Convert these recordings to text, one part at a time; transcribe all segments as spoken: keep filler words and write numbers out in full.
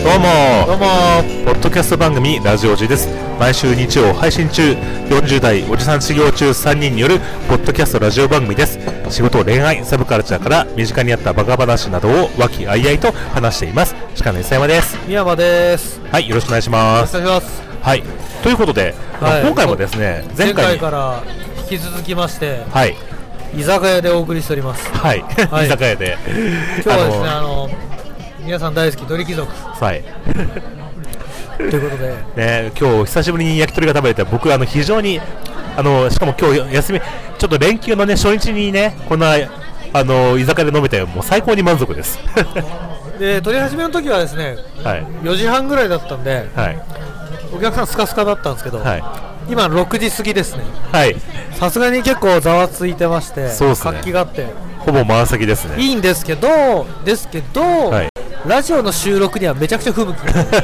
どうもどうもポッドキャスト番組ラジオジです。毎週日曜配信中、よんじゅう代おじさん修行中さんにんによるポッドキャストラジオ番組です。仕事、恋愛、サブカルチャーから身近にあったバカ話などを和気あいあいと話しています。鹿の磯山です。 宮山です。 はい、よろしくお願いします。 よろしくお願いします。 はい、ということで、はい、今回もですね、 前回前回から引き続きまして、はい、居酒屋でお送りしております。 はい、はい、居酒屋で今日はですね、あの皆さん大好き鳥貴族、 はいということで、 ね、今日久しぶりに焼き鳥が食べれて、僕あの非常にあのしかも今日休み、ちょっと連休のね初日にねこんなあの居酒屋で飲めて、もう最高に満足ですで、取り始めの時はですね、はい、よじはんぐらいだったんで、はい、お客さんスカスカだったんですけど、はい、今ろくじ過ぎですね。はい、さすがに結構ざわついてまして、そうですね、活気があってほぼ満席ですね。 いいんですけどですけど、はい、ラジオの収録にはめちゃくちゃ不向き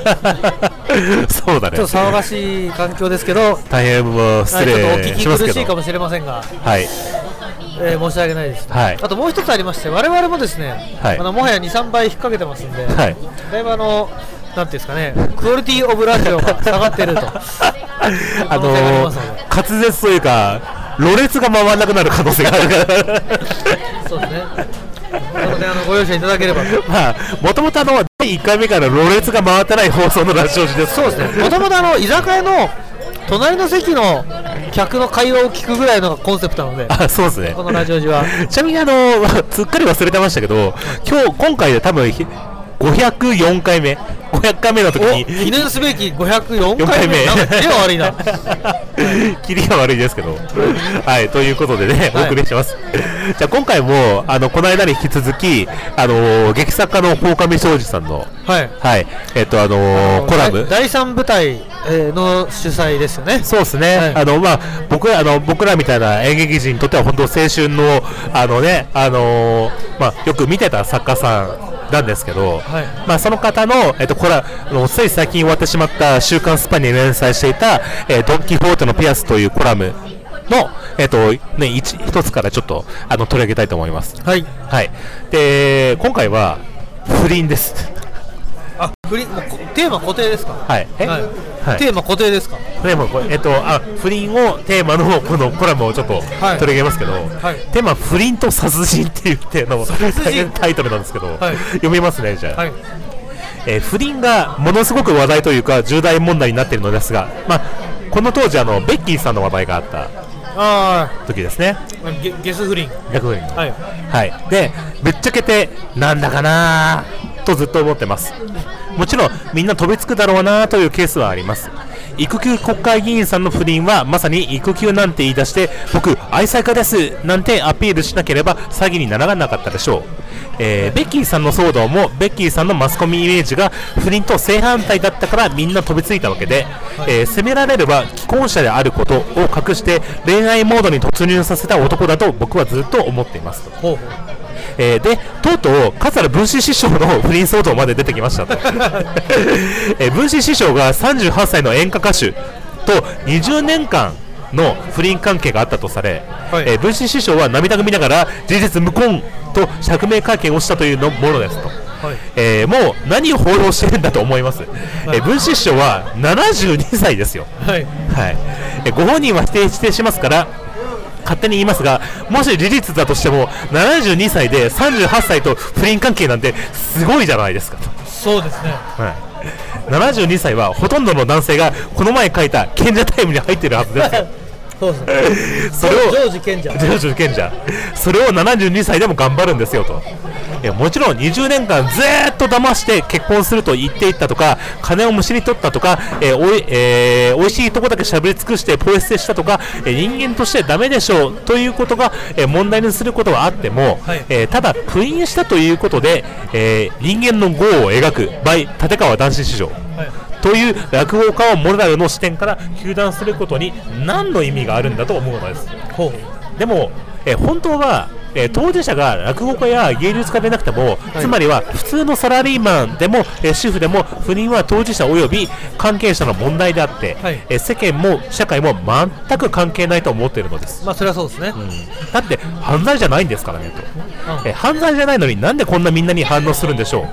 そうだね、 ちょっと騒がしい環境ですけど、 大変もう失礼しますけど、 はい、ちょっとお聞き苦しいかもしれませんが、はい、えー、申し訳ないです、はい、あともう一つありまして、我々もですね、はい、あのもはや にさんばい引っ掛けてますんで、はい、だいぶあのなんていうんですかね、クオリティオブラジオが下がっているとあのー、滑舌というかろれつが回らなくなる可能性があるからそうですね、なのであのご容赦いただければと。 まあもともとあのだいいっかいめからろれつが回ってない放送のラジオ時です。 そうですね、もともとあの居酒屋の隣の席の客の会話を聞くぐらいのコンセプトなので、 あ、そうですね、 このラジオ時は。 ちなみにあのすっかり忘れてましたけど、今日今回で多分ごひゃくよんかいめごひゃっかいめの時に記念すべきごひゃくよんかいめ、なんかキリが悪いなキリが悪いですけどはい、ということでね、お送りします、はい、じゃあ今回もあのこの間に引き続き、あのー、劇作家の鴻上庄司さんの、はい、はい、えっとあのー、あのコラムだいさん舞台の主催ですよね。 そうですね、はい、あのまあ僕あの僕らみたいな演劇人にとっては本当青春のあのね、あのー、まあよく見てた作家さんなんですけど、はい、まあその方の、えっと、これはあのつい最近終わってしまった週刊スパに連載していた、えー、ドン・キホーテのピアスというコラムの、えっとね、一, 一つからちょっとあの取り上げたいと思います。はい、はい、で今回は不倫ですあ、不倫、テーマ固定ですか。 はい、え、はいはい、 テーマ固定ですか。 テーマ、えっと、あ、不倫をテーマのこのコラムをちょっと取り上げますけど、はいはい、テーマ不倫と殺人って言ってのタイトルなんですけど、はい、読みますね、じゃあ、はい、えー、不倫がものすごく話題というか重大問題になっているのですが、まあ、この当時あのベッキーさんの話題があった時ですね。 ゲ, ゲス不倫逆不倫、はい、はい、でぶっちゃけてなんだかなとずっと思ってます。もちろんみんな飛びつくだろうなというケースはあります。育休国会議員さんの不倫はまさに育休なんて言い出して僕愛妻家ですなんてアピールしなければ詐欺にならなかったでしょう。えー、ベッキーさんの騒動もベッキーさんのマスコミイメージが不倫と正反対だったからみんな飛びついたわけで、えー、責められれば既婚者であることを隠して恋愛モードに突入させた男だと僕はずっと思っていますと。ほうほう、えー、でとうとう桂文枝師匠の不倫騒動まで出てきましたと、えー、文枝師匠がさんじゅうはっさいの演歌歌手とにじゅうねんかんの不倫関係があったとされ、はい、えー、文枝師匠は涙ぐみながら事実無根と釈明会見をしたというのものですと、はい、えー、もう何を報道してるんだと思います、はい、えー、文枝師匠はななじゅうにさいですよ、はい、はい、えー、ご本人は否定してしますから勝手に言いますが、もし事実だとしてもななじゅうにさいでさんじゅうはっさいと不倫関係なんてすごいじゃないですかと。 そうですね、 はい、ななじゅうにさいはほとんどの男性がこの前書いた賢者タイムに入っているはずですよそうですね、それをジョージ賢者ジョージ賢者それをななじゅうにさいでも頑張るんですよと。いやもちろんにじゅうねんかんずーっと騙して結婚すると言っていったとか金をむしり取ったとか、えーおいえー、おいしいとこだけしゃべり尽くしてポイ捨てしたとか、えー、人間としてダメでしょうということが、えー、問題にすることはあっても、はい、えー、ただ不倫したということで、えー、人間の業を描く by 立川談志師匠、はい、という落語家をモラルの視点から糾弾することに何の意味があるんだと思うのです。ほう、でも、えー、本当はえー、当事者が落語家や芸術家でなくても、はい、つまりは普通のサラリーマンでも、えー、主婦でも不倫は当事者及び関係者の問題であって、はい、えー、世間も社会も全く関係ないと思っているのです。 まあそれはそうですね、うん、 だって犯罪じゃないんですからねと、うん、えー、犯罪じゃないのになんでこんなみんなに反応するんでしょう。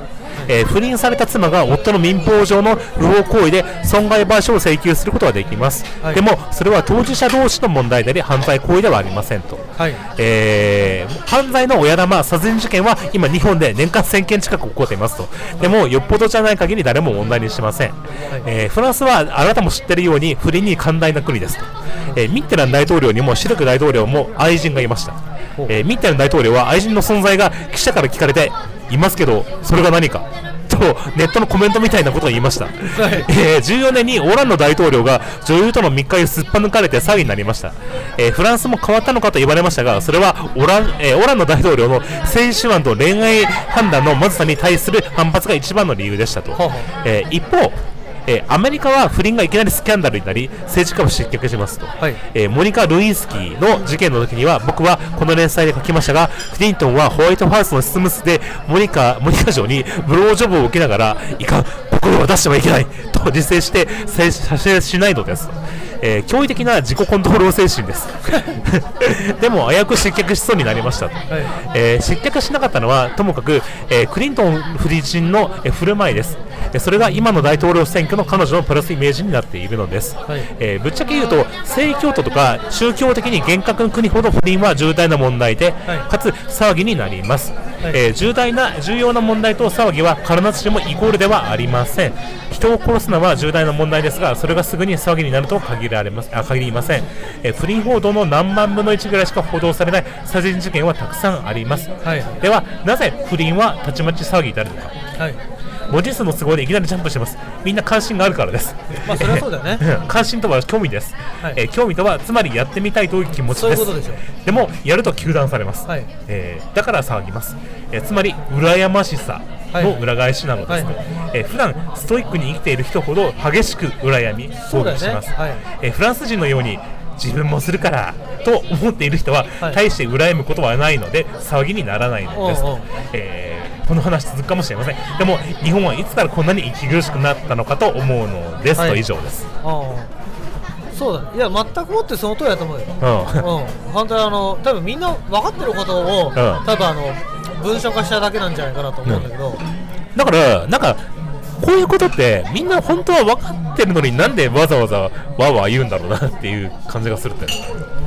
えー、不倫された妻が夫の民法上の不法行為で損害賠償を請求することができます、はい、でもそれは当事者同士の問題であり犯罪行為ではありませんと、はい、えー、犯罪の親玉殺人事件は今日本で年間せんけん近く起こっていますと。でもよっぽどじゃない限り誰も問題にしません、はい、えー、フランスはあなたも知っているように不倫に寛大な国ですと、えー、ミッテラン大統領にもシルク大統領も愛人がいました、えー、ミッテラン大統領は愛人の存在が記者から聞かれていますけどそれが何かとネットのコメントみたいなことを言いました、はい、えー、じゅうよねんにオランダ大統領が女優との密会をすっぱ抜かれて騒ぎになりました、えー、フランスも変わったのかと言われましたがそれはオラン、えー、オランダ大統領の性手腕と恋愛判断のまずさに対する反発が一番の理由でしたと、えー、一方えー、アメリカは不倫がいきなりスキャンダルになり政治家を失脚しますと、はい、えー、モニカ・ルインスキーの事件の時には僕はこの連載で書きましたがクリントンはホワイトハウスの執務室でモニカ、モニカ嬢にブロージョブを受けながらいかん心は出してはいけないと自制して射精しないのです、えー、驚異的な自己コントロール精神ですでも危うく失脚しそうになりましたと、はい、えー、失脚しなかったのはともかく、えー、クリントン夫人の、えー、振る舞いです。それが今の大統領選挙の彼女のプラスイメージになっているのです、はい、えー、ぶっちゃけ言うと正教徒とか宗教的に厳格な国ほど不倫は重大な問題で、はい、かつ騒ぎになります、はい、えー、重大な重要な問題と騒ぎは必ずしもイコールではありません。人を殺すのは重大な問題ですがそれがすぐに騒ぎになると限られますあ限りません、えー、不倫報道の何万分のいちぐらいしか報道されない殺人事件はたくさんあります、はい、ではなぜ不倫はたちまち騒ぎになるのか、はい、文字数の都合でいきなりジャンプしてます。みんな関心があるからです。 まあそれはそうだよね関心とは興味です、はい、えー、興味とはつまりやってみたいという気持ちです。 そういうことでしょう。 でもやると糾弾されます、はい、えー、だから騒ぎます、えー、つまり羨ましさの裏返しなのです、はいはい、えー、普段ストイックに生きている人ほど激しく羨み攻撃します、ね、はい、えー、フランス人のように自分もするからと思っている人は、はい、大して羨むことはないので騒ぎにならないのです。おうおう、えー、この話続くかもしれません。でも日本はいつからこんなに息苦しくなったのかと思うのです、はい、と以上です。あ、 そうだ、いや全くもってその通りだと思うよ、うんうん、本当にあの多分みんな分かってることを、うん、多分あの文章化しただけなんじゃないかなと思うんだけど、うん、 だからなんかこういうことってみんな本当は分かってるのになんでわざわざわーわー言うんだろうなっていう感じがするって。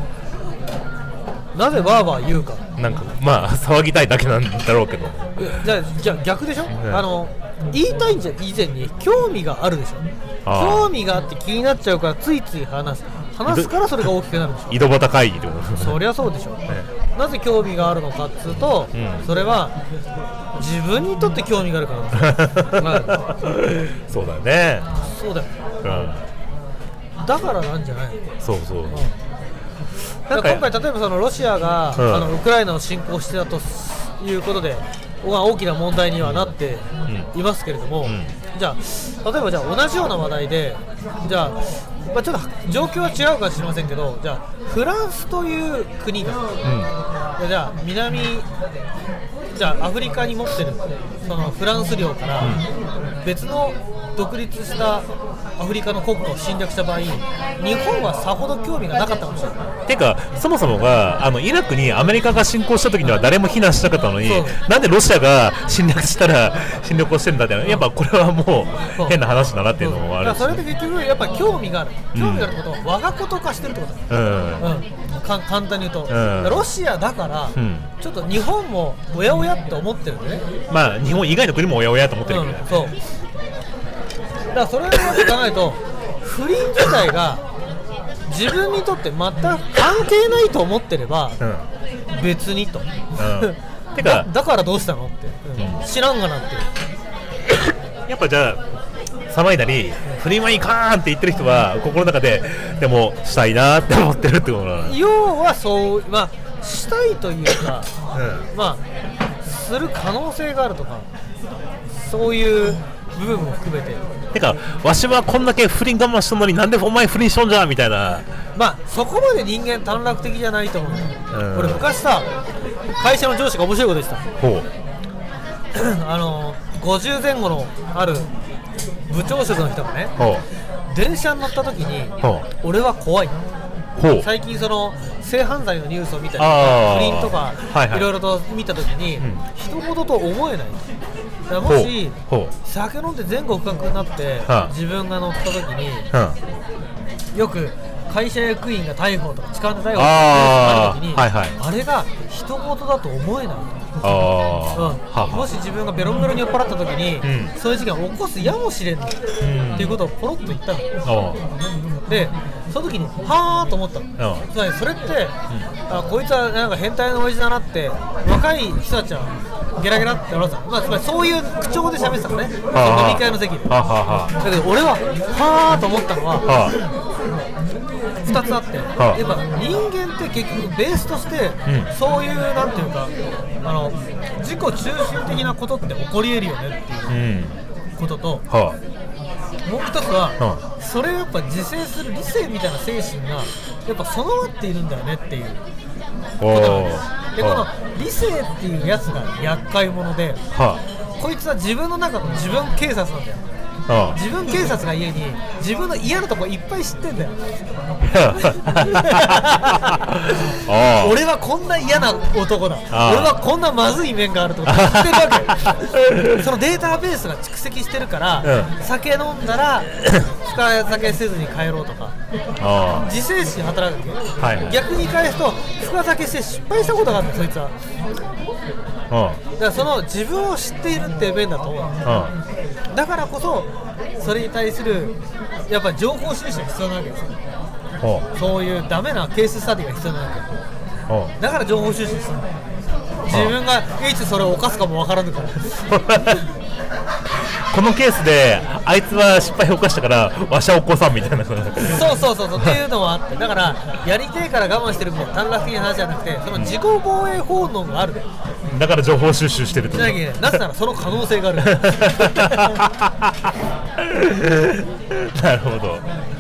なぜわーわー言うか、 なんかまあ騒ぎたいだけなんだろうけど、 じゃあじゃあ逆でしょ、うん、あの言いたいんじゃ以前に興味があるでしょ。興味があって気になっちゃうからついつい話す話すからそれが大きくなるでしょ。 井戸端会議ってことそりゃそうでしょ、ね、なぜ興味があるのかっつうと、うん、それは自分にとって興味があるからなんですよそうだね、 そうだよ、うん、だからなんじゃないの。 そうそう、うん、 だから今回例えばそのロシアが、うん、あのウクライナを侵攻してたということで大きな問題にはなっていますけれども、うん、じゃあ例えばじゃあ同じような話題でじゃあ、まあ、ちょっと状況は違うかもしれませんけど、じゃあフランスという国が、うん、じゃあ南じゃあアフリカに持ってるそのフランス領から別の独立したアフリカの国家を侵略した場合、日本はさほど興味がなかったかもしれない。 てかそもそもがあのイラクにアメリカが侵攻した時には誰も非難しなかったのに、なんでロシアが侵略したら侵略をしてるんだって、やっぱこれはもう変な話だなっていうのもあるし、 それで結局やっぱ興味がある興味があることを我がこと化してるってことだ、うんうん、か簡単に言うと、うん、ロシアだから、うん、ちょっと日本もおやおやって思ってるんでね。 まあ日本以外の国もおやおやと思ってるけど、うん、そうだからそれを考えると不倫自体が自分にとって全く関係ないと思ってれば、うん、別にと、うん、てか だ, だからどうしたのって、うん、知らんがなってやっぱじゃあ騒いだり不倫はいかんって言ってる人は心の中ででもしたいなって思ってるってことなの。 要はそうまあしたいというか、うん、まあする可能性があるとかそういう部分も含めて、 てかわしはこんだけ不倫我慢したのになんでお前不倫しとんじゃんみたいな。 まあそこまで人間短絡的じゃないと思う、うん、俺昔さ会社の上司が面白いことでした。ほうあのごじゅうぜん後のある部長職の人がね、電車に乗った時に俺は怖い、最近その性犯罪のニュースを見たりとか不倫とかいろいろと見た時に、うん、人事と思えないだもし酒飲んで前後不覚になって、はあ、自分が乗った時に、はあ、よく会社役員が逮捕とか痴漢で逮捕とかある時に、はいはい、あれが人事だと思えない。あ、うんははもし自分がベロンベロンに酔っ払った時に、うん、そういう事件を起こすやもしれんの、うん、っていうことをポロッと言ったの。でその時にはーと思ったの。つまりそれって、うん、あこいつはなんか変態の親父だなって若い人たちはゲラゲラって笑ってた、まあ、つまりそういう口調で喋ってたのね、はあ、飲み会の席で。はははだけど俺ははーと思ったのは、はあ、ふたつあって、はあ、やっぱ人間って結局ベースとして、うん、そういうなんていうかあの自己中心的なことって起こり得るよねっていうことと、うんはあ、もう一つは、はあ、それをやっぱ自制する理性みたいな精神がやっぱ備わっているんだよねっていうことなんです。でこの理性っていうやつが厄介者で、はあ、こいつは自分の中の自分警察なんだよ。ああ自分警察が家に自分の嫌なとこいっぱい知ってんだよああ俺はこんな嫌な男だ、俺はこんなまずい面があるってこと知ってるわけそのデータベースが蓄積してるから、うん、酒飲んだら深酒せずに帰ろうとかあ自制心働くわけ、はいはい、逆に返すと深酒して失敗したことがあるんだそいつは。ああだからその自分を知っているっていう面だと思う。ああだからこそそれに対するやっぱり情報収集が必要なわけですよ。そういうダメなケーススタディが必要なわけだから情報収集するんだよ。自分がいつそれを犯すかも分からぬからこのケースであいつは失敗を犯したからわしは起こさんみたいなそうそうそうそうっていうのもあってだからやりてえから我慢してるみたいな短絡的な話じゃなくてその自己防衛本能があるだから情報収集してるってなぜならその可能性があるなるほど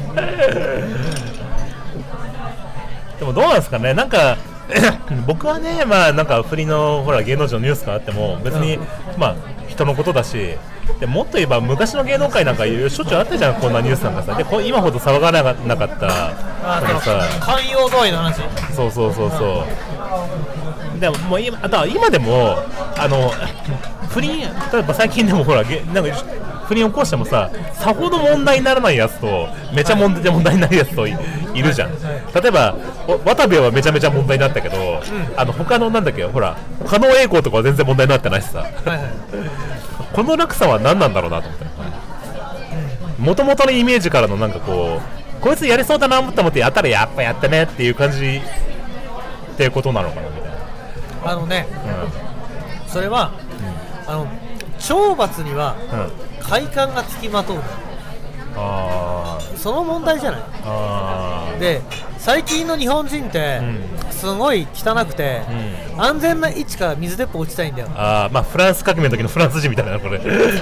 でもどうなんですかねなんか僕はねまあなんか不倫のほら芸能人のニュースがあっても別に、うん、まあ人のことだしでもっと言えば昔の芸能界なんかしょっちゅうあったじゃんこんなニュースなんかさでこ今ほど騒がなかったあのさ寛容同意の話そうそうそうそうでももう今あとは今でもあの不倫例えば最近でもほらなんか不倫を起こしてもささほど問題にならないやつとめちゃ問題で問題になるやつと い, いるじゃん例えば渡部はめちゃめちゃ問題になったけど、うん、あの他のなんだっけほら加納栄光とかは全然問題になってないしさ、はいはい、この落差は何なんだろうなと思ってもともとのイメージからのなんかこうこいつやりそうだなと思ってやったらやっぱやったねっていう感じっていうことなのかなみたいなあのね、うん、それは、うん、あの懲罰には、うん快感がつきまとうのあその問題じゃないあで最近の日本人ってすごい汚くて、うん、安全な位置から水鉄砲落ちたいんだよあまあフランス革命の時のフランス人みたいなこれ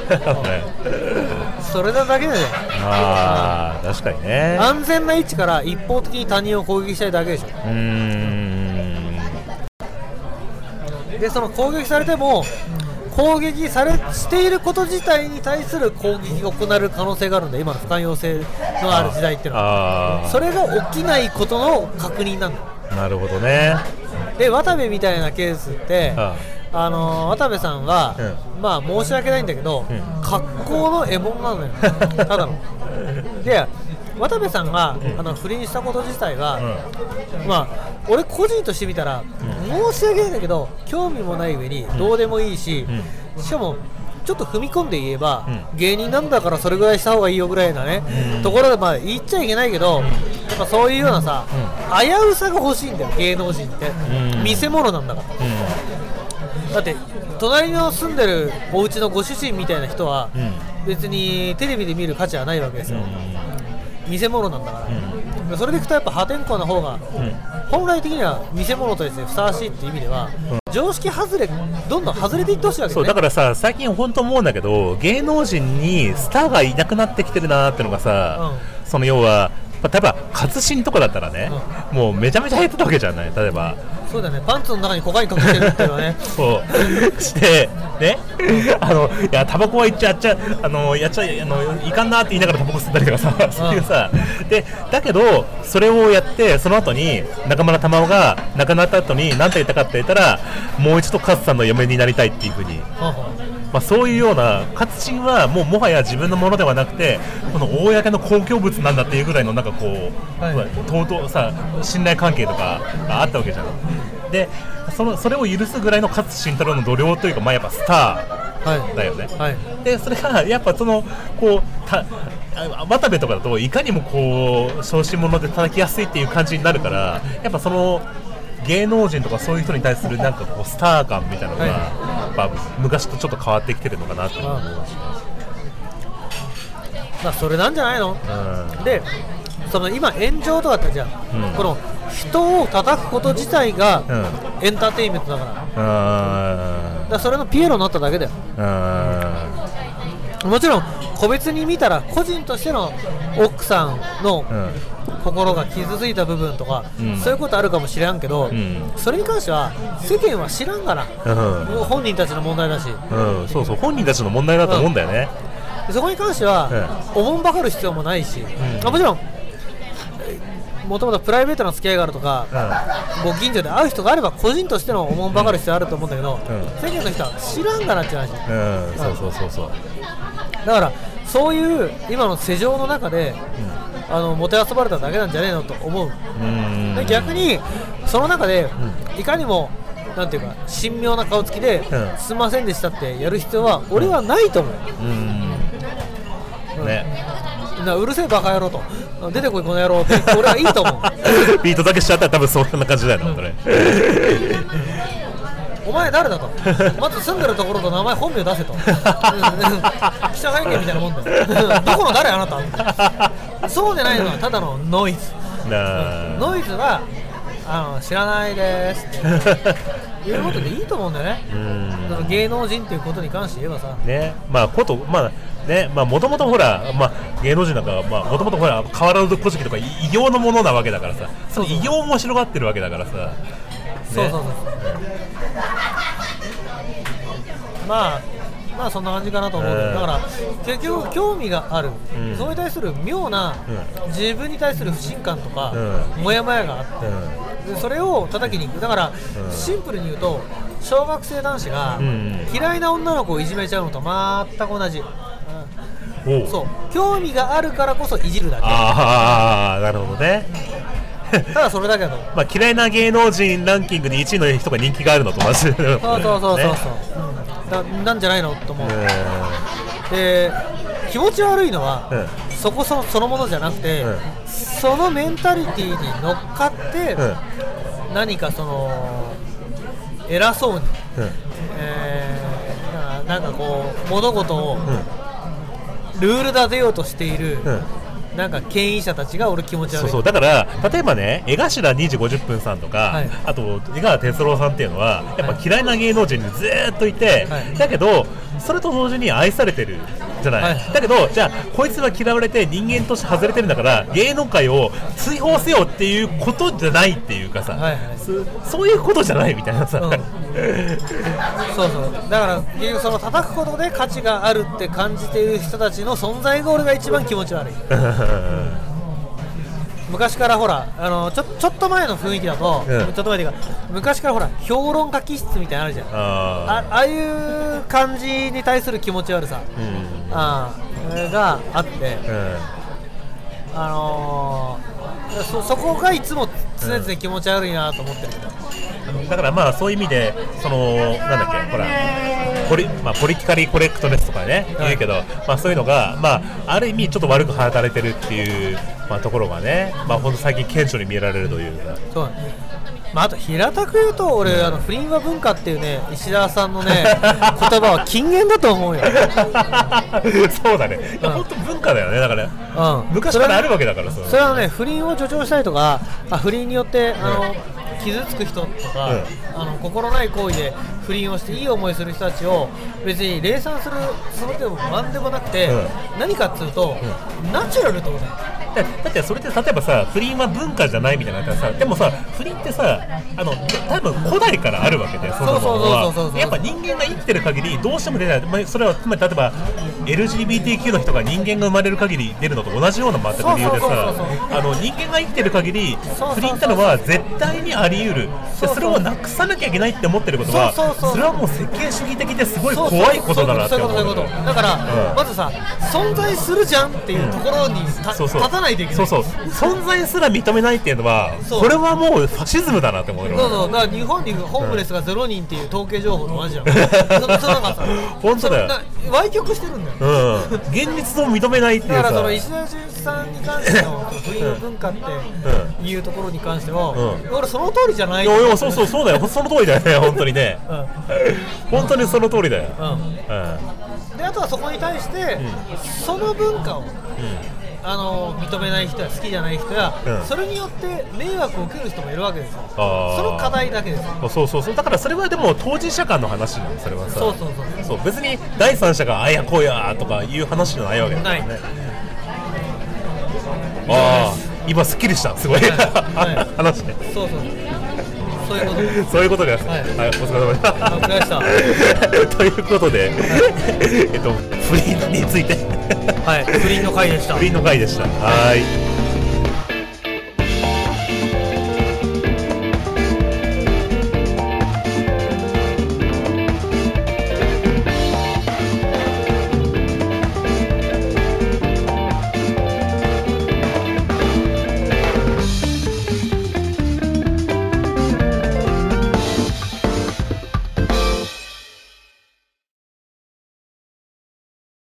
それだけであ確かにね安全な位置から一方的に他人を攻撃したいだけでしょうーんでその攻撃されても攻撃されしていること自体に対する攻撃が行われる可能性があるんだ今の不寛容性のある時代っていうのはそれが起きないことの確認なんだなるほどねで渡部みたいなケースってああのー、渡部さんは、うん、まあ申し訳ないんだけど、うん、格好のエモンなのよただので渡部さんが、うん、あの不倫したこと自体は、うん、まあ俺個人としてみたら、うん、申し訳ないんだけど興味もない上にどうでもいいし、うん、しかもちょっと踏み込んで言えば、うん、芸人なんだからそれぐらいした方がいいよぐらいなね、うん、ところでまあ言っちゃいけないけど、うん、やっぱそういうようなさ、うん、危うさが欲しいんだよ芸能人って、うん、見せ物なんだから、うん、だって隣の住んでるお家のご主人みたいな人は、うん、別にテレビで見る価値はないわけですよ、うん、見せ物なんだから、うん、それでいくとやっぱ破天荒な方が、うん、本来的には見せ物としてふさわしいっていう意味では、うん、常識外れどんどん外れていってほしいわけね。 そうだからさ最近本当思うんだけど芸能人にスターがいなくなってきてるなーってのがさ、うん、その要は例えば活心とかだったらね、うん、もうめちゃめちゃ減ってたわけじゃない例えばそうだねパンツの中にコカイン隠してるっていうのはねそうしてねあのいやタバコは言っちゃやっちゃあのやっちゃあのいかんなって言いながらタバコ吸ったりとかさそういうさでだけどそれをやってその後に中村玉緒が亡くなった後に何て言ったかって言ったらもう一度勝さんの嫁になりたいっていう風にまあ、そういうような活賃はもうもはや自分のものではなくてこの公の公共物なんだっていうぐらいのなんかこう、はい、尊さ信頼関係とかがあったわけじゃん。で そ, のそれを許すぐらいの勝慎太郎の度量というか、まあ、やっぱスターだよね、はいはい、でそれがやっぱそのこうた渡部とかだといかにもこう小心者で叩きやすいっていう感じになるから、やっぱその芸能人とかそういう人に対するなんかこうスター感みたいなのが、はい、やっぱ昔とちょっと変わってきてるのかなと思います。 まあそれなんじゃないの、うん、でその今炎上とかってじゃん、うん、この人を叩くこと自体がエンターテインメントだから、うん、だからそれのピエロになっただけだよ。うん、もちろん個別に見たら個人としての奥さんの心が傷ついた部分とか、うん、そういうことあるかもしれんけど、うん、それに関しては世間は知らんがな、うん、本人たちの問題だし、 うん、そうそう本人たちの問題だと思うんだよね、 うん、そこに関しては、うん、おもんばかる必要もないし、うん、もちろんもともとプライベートな付き合いがあるとか、うん、ご近所で会う人があれば個人としてのおもんばかる必要あると思うんだけど、うん、世間の人は知らんがなって話、 うんうん、そうそうそうそうだからそういう今の世情の中で、うん、あのもてあそばれただけなんじゃねえのと思う。うんで逆にその中で、うん、いかにもなんていうか神妙な顔つきで、うん、すみませんでしたってやる必要は俺はないと思う。うんうんね、なうるせえバカ野郎と出てこいこの野郎って俺はいいと思うビートだけしちゃったら多分そんな感じだよな、うん、それお前誰だとまず住んでるところと名前本名出せと記者会見みたいなもんだよどこの誰あなたそうじゃないのはただのノイズなノイズはあの知らないですっていうことでいいと思うんだよね。うんだから芸能人っていうことに関して言えばさねまあことまあねまあもともとほらまあ芸能人なんかまあもともとほら変わらず古事記とか異形のものなわけだからさその異形も広がってるわけだからさ、ね、 そうそうそう、うん、まあまあそんな感じかなと思う、うん、だから結局興味がある、うん、それに対する妙な、うん、自分に対する不信感とか、うん、モヤモヤがあって、うん、でそれを叩きに行くだから、うん、シンプルに言うと小学生男子が嫌いな女の子をいじめちゃうのと全く同じ、うん、そう興味があるからこそいじるだけ。 ああなるほどねただそれだけだと、 まあ、嫌いな芸能人ランキングにいちいの人が人気があるのと同じそうそうそうそうそう、ねうん、な, なんじゃないのと思う、で気持ち悪いのは、うん、そこ そ, そのものじゃなくて、うん、そのメンタリティに乗っかって、うん、何かその偉そうに、うんえー、な, なんかこう物事を、うん、ルール立てようとしている、うんなんか牽引者たちが俺気持ち悪い。 そうそうだから例えばね江頭にじごじゅっぷんさんとか、はい、あと江川哲郎さんっていうのはやっぱ嫌いな芸能人にずーっといて、はい、だけどそれと同時に愛されてるじゃない、はい、だけどじゃあこいつは嫌われて人間として外れてるんだから芸能界を追放せよっていうことじゃないっていうかさ、はいはい、そ, そういうことじゃないみたいなさ、うん、 そうそうだから結局その叩くことで価値があるって感じている人たちの存在が俺が一番気持ち悪い昔からほらあの ち, ょちょっと前の雰囲気だと、うん、ちょっと前でか昔からほら評論家気質みたいなのあるじゃん あ, あ, ああいう感じに対する気持ち悪さ、うん、あがあって、うん、あのー、そ, そこがいつも常々気持ち悪いなと思ってるけど、 うん、だからまあそういう意味でそのなんだっけほらポ リ,、まあ、ポリティカリーコレクトネスとかね、はい、言うけど、まあ、そういうのが、まあ、ある意味ちょっと悪く働かれてるっていう、まあ、ところがね、まあ、ほんと最近顕著に見えられるというかそう、まあ、あと平たく言うと俺、うん、あの不倫は文化っていうね石田さんのね言葉は禁言だと思うよそうだねいや、うん、ほんと文化だよねだから、うん、昔からあるわけだからそれは、それはね不倫を助長したりとかあ不倫によってあの、うん傷つく人とか、うん、あの心ない行為で不倫をしていい思いする人たちを別に礼賛するつもりでもなんでもなくて、うん、何かっていうと、うん、ナチュラルってことだよ。 だってそれって例えばさ不倫は文化じゃないみたいなさでもさ不倫ってさあの多分古代からあるわけで、そのものはやっぱ人間が生きてる限りどうしても出ない、まあ、それはつまり例えば エルジービーティーキュー の人が人間が生まれる限り出るのと同じような全く理由でさ、あの人間が生きてる限り不倫ってのは絶対にあり得る。でそれをなくさなきゃいけないって思ってることは、それはもう設計主義的ですごい怖いことだなって思う。 だから、うん、まずさ存在するじゃんっていうところに、うん、そうそう立たないといけない。 そうそう存在すら認めないっていうのはこれはもうファシズムだなって思うよ。 そうそうだから日本にホームレスがゼロにんっていう統計情報と同じじゃん。それなんかさ本当だよ。 歪曲してるんだよ、 うん、現実を認めないっていうさ。 だからその石田純一さんに関しての不倫の文化っていうところに関しては、うん、俺その通りじゃない。いやいやそうそうそうだよその通りだよね本当にね、うん、本当にその通りだよ、うんうん、 であとはそこに対して、うん、その文化を、うん、あの認めない人や好きじゃない人や、うん、それによって迷惑を受ける人もいるわけですよ。その課題だけですよ。 そうそうそうだからそれはでも当事者間の話なのそれはさ。 そうそうそうそう別に第三者があやこうやとかいう話じゃないわけだからね。ないああ今すっきりしたすごい、はいはい、話ね。 そうそうそういうことです。 そういうことです。はい、はい、お疲れ様でした。 お疲れ様でした。 ということで、はい、えっと不倫について、 はい、不倫の回でした。 不倫の回でした。はい。